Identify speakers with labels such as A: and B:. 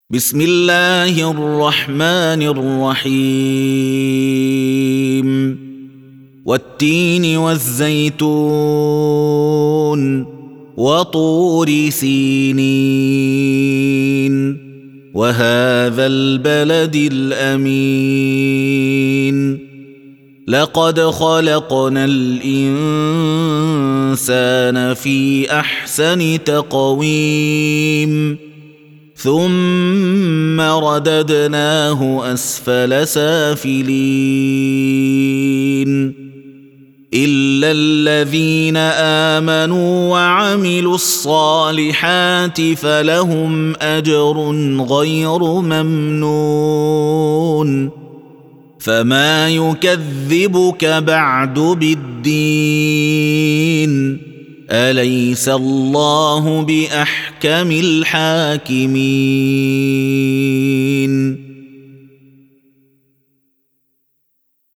A: بسم الله الرحمن الرحيم والتين والزيتون وطور سينين وهذا البلد الأمين لقد خلقنا الإنسان في أحسن تقويم ثم رددناه أسفل سافلين إلا الذين آمنوا وعملوا الصالحات فلهم أجر غير ممنون فما يكذبك بعد بالدين أليس الله بأحكم الحاكمين